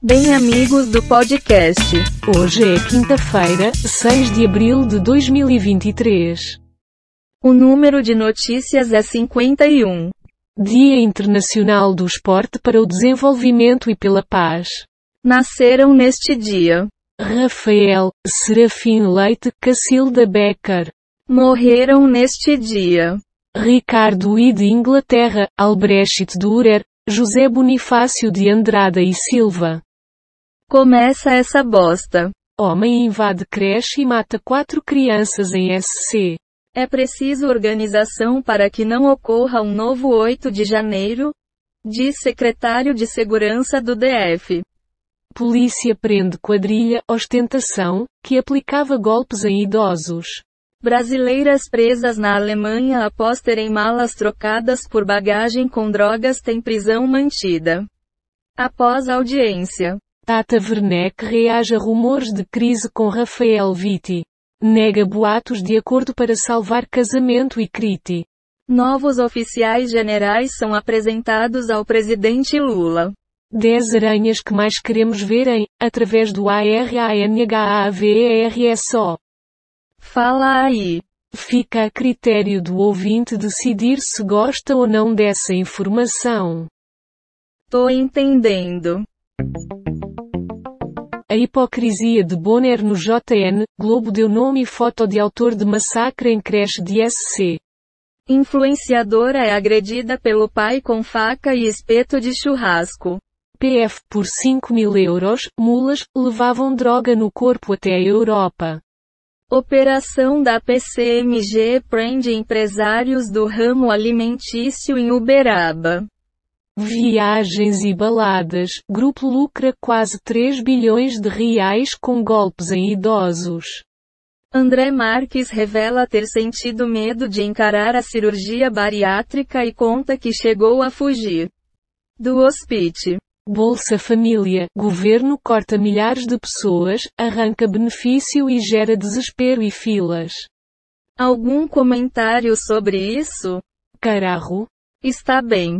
Bem, amigos do podcast. Hoje é quinta-feira, 6 de abril de 2023. O número de notícias é 51. Dia Internacional do Esporte para o Desenvolvimento e pela Paz. Nasceram neste dia Rafael, Serafim Leite, Cacilda Becker. Morreram neste dia Ricardo I de Inglaterra, Albrecht Dürer, José Bonifácio de Andrada e Silva. Começa essa bosta. Homem invade creche e mata 4 crianças em SC. É preciso organização para que não ocorra um novo 8 de janeiro? Diz secretário de Segurança do DF. Polícia prende quadrilha, ostentação, que aplicava golpes em idosos. Brasileiras presas na Alemanha após terem malas trocadas por bagagem com drogas têm prisão mantida. Após audiência, Tata Werneck reage a rumores de crise com Rafael Vitti. Nega boatos de acordo para salvar casamento e Criti. Novos oficiais generais são apresentados ao presidente Lula. 10 aranhas que mais queremos ver em, através do ARANHAVERSO. Fala aí. Fica a critério do ouvinte decidir se gosta ou não dessa informação. Tô entendendo. A hipocrisia de Bonner no JN, Globo deu nome e foto de autor de massacre em creche de SC. Influenciadora é agredida pelo pai com faca e espeto de churrasco. PF por 5.000 euros, mulas, levavam droga no corpo até a Europa. Operação da PCMG prende empresários do ramo alimentício em Uberaba. Viagens e baladas, grupo lucra quase 3 bilhões de reais com golpes em idosos. André Marques revela ter sentido medo de encarar a cirurgia bariátrica e conta que chegou a fugir do hospício. Bolsa Família, governo corta milhares de pessoas, arranca benefício e gera desespero e filas. Algum comentário sobre isso? Carajo. Está bem.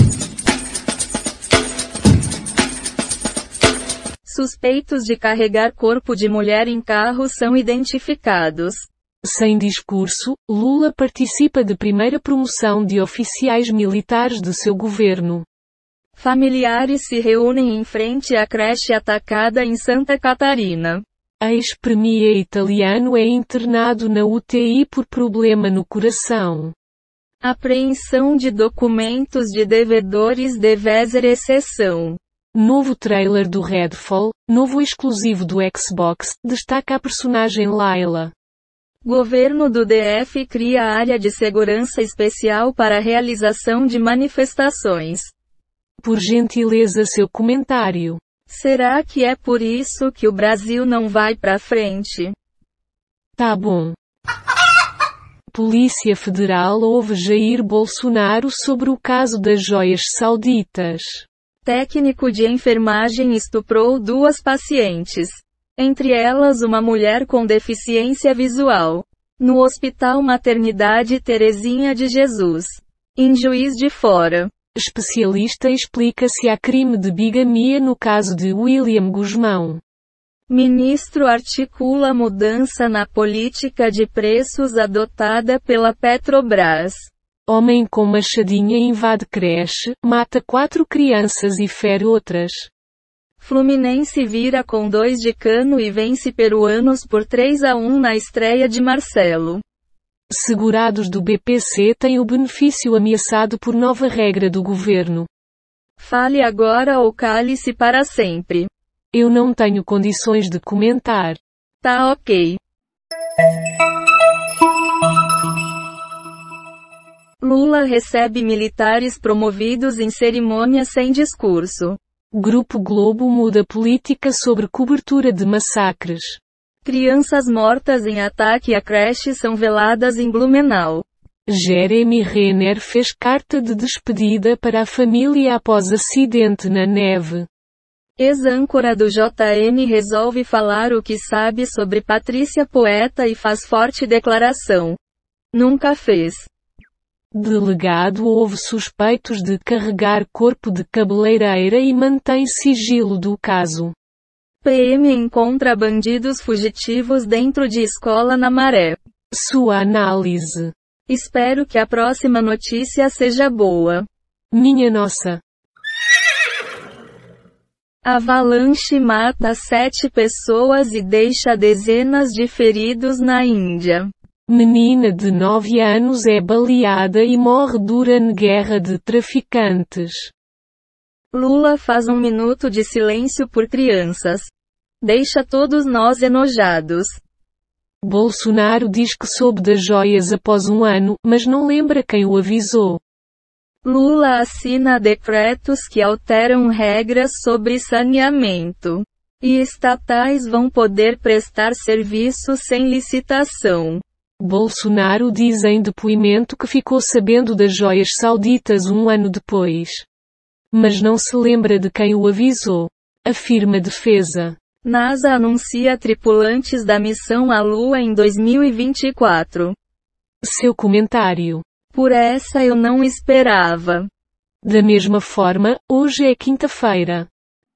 Suspeitos de carregar corpo de mulher em carro são identificados. Sem discurso, Lula participa de primeira promoção de oficiais militares de seu governo. Familiares se reúnem em frente à creche atacada em Santa Catarina. Ex-premier italiano é internado na UTI por problema no coração. Apreensão de documentos de devedores deve ser exceção. Novo trailer do Redfall, novo exclusivo do Xbox, destaca a personagem Layla. Governo do DF cria área de segurança especial para a realização de manifestações. Por gentileza, seu comentário. Será que é por isso que o Brasil não vai pra frente? Tá bom. Polícia Federal ouve Jair Bolsonaro sobre o caso das joias sauditas. Técnico de enfermagem estuprou 2 pacientes. Entre elas uma mulher com deficiência visual. No Hospital Maternidade Terezinha de Jesus, em Juiz de Fora. Especialista explica se há crime de bigamia no caso de William Guzmão. Ministro articula mudança na política de preços adotada pela Petrobras. Homem com machadinha invade creche, mata 4 crianças e fere outras. Fluminense vira com 2 de cano e vence peruanos por 3-1 na estreia de Marcelo. Segurados do BPC têm o benefício ameaçado por nova regra do governo. Fale agora ou cale-se para sempre. Eu não tenho condições de comentar. Tá ok. Lula recebe militares promovidos em cerimônia sem discurso. Grupo Globo muda política sobre cobertura de massacres. Crianças mortas em ataque à creche são veladas em Blumenau. Jeremy Renner fez carta de despedida para a família após acidente na neve. Ex-âncora do JN resolve falar o que sabe sobre Patrícia Poeta e faz forte declaração. Nunca fez. Delegado houve suspeitos de carregar corpo de cabeleireira e mantém sigilo do caso. PM encontra bandidos fugitivos dentro de escola na Maré. Sua análise. Espero que a próxima notícia seja boa. Minha nossa. Avalanche mata 7 pessoas e deixa dezenas de feridos na Índia. Menina de 9 anos é baleada e morre durante guerra de traficantes. Lula faz 1 minuto de silêncio por crianças. Deixa todos nós enojados. Bolsonaro diz que soube das joias após 1 ano, mas não lembra quem o avisou. Lula assina decretos que alteram regras sobre saneamento. E estatais vão poder prestar serviços sem licitação. Bolsonaro diz em depoimento que ficou sabendo das joias sauditas 1 ano depois. Mas não se lembra de quem o avisou. Afirma defesa. NASA anuncia tripulantes da missão à Lua em 2024. Seu comentário. Por essa eu não esperava. Da mesma forma, hoje é quinta-feira.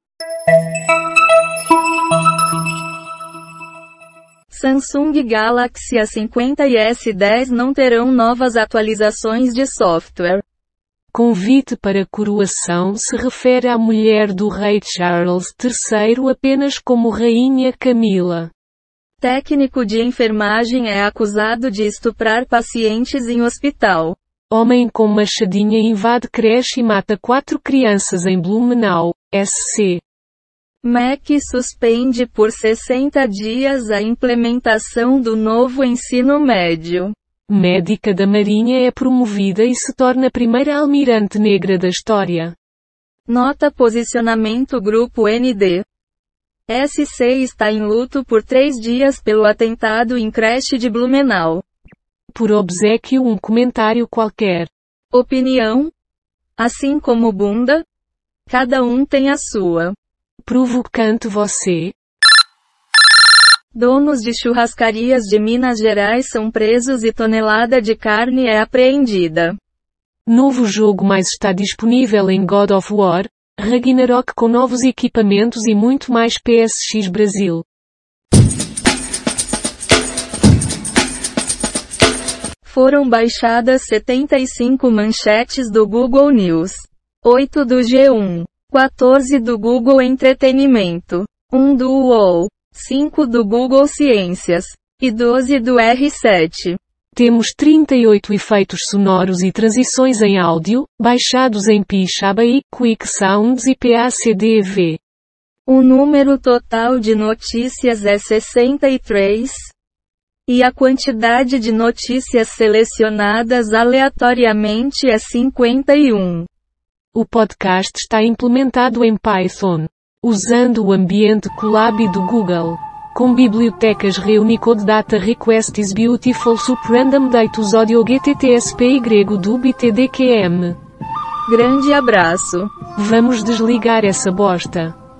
Samsung Galaxy A50 e S10 não terão novas atualizações de software. Convite para coroação se refere à mulher do rei Charles III apenas como Rainha Camila. Técnico de enfermagem é acusado de estuprar pacientes em hospital. Homem com machadinha invade creche e mata 4 crianças em Blumenau, SC. MEC suspende por 60 dias a implementação do novo ensino médio. Médica da Marinha é promovida e se torna a primeira almirante negra da história. Nota posicionamento Grupo ND. SC está em luto por 3 dias pelo atentado em creche de Blumenau. Por obséquio um comentário qualquer. Opinião? Assim como bunda? Cada um tem a sua. Provocante você. Donos de churrascarias de Minas Gerais são presos e tonelada de carne é apreendida. Novo jogo mais está disponível em God of War, Ragnarok com novos equipamentos e muito mais PSX Brasil. Foram baixadas 75 manchetes do Google News. 8 do G1. 14 do Google Entretenimento. 1 do UOL. 5 do Google Ciências. E 12 do R7. Temos 38 efeitos sonoros e transições em áudio, baixados em Pixabay, Quick Sounds e PACDV. O número total de notícias é 63. E a quantidade de notícias selecionadas aleatoriamente é 51. O podcast está implementado em Python, usando o ambiente Colab do Google, com bibliotecas Reunicode Data Request is Beautiful Sup Random Datus Audio GTTSPY do BTDQM. Grande abraço. Vamos desligar essa bosta.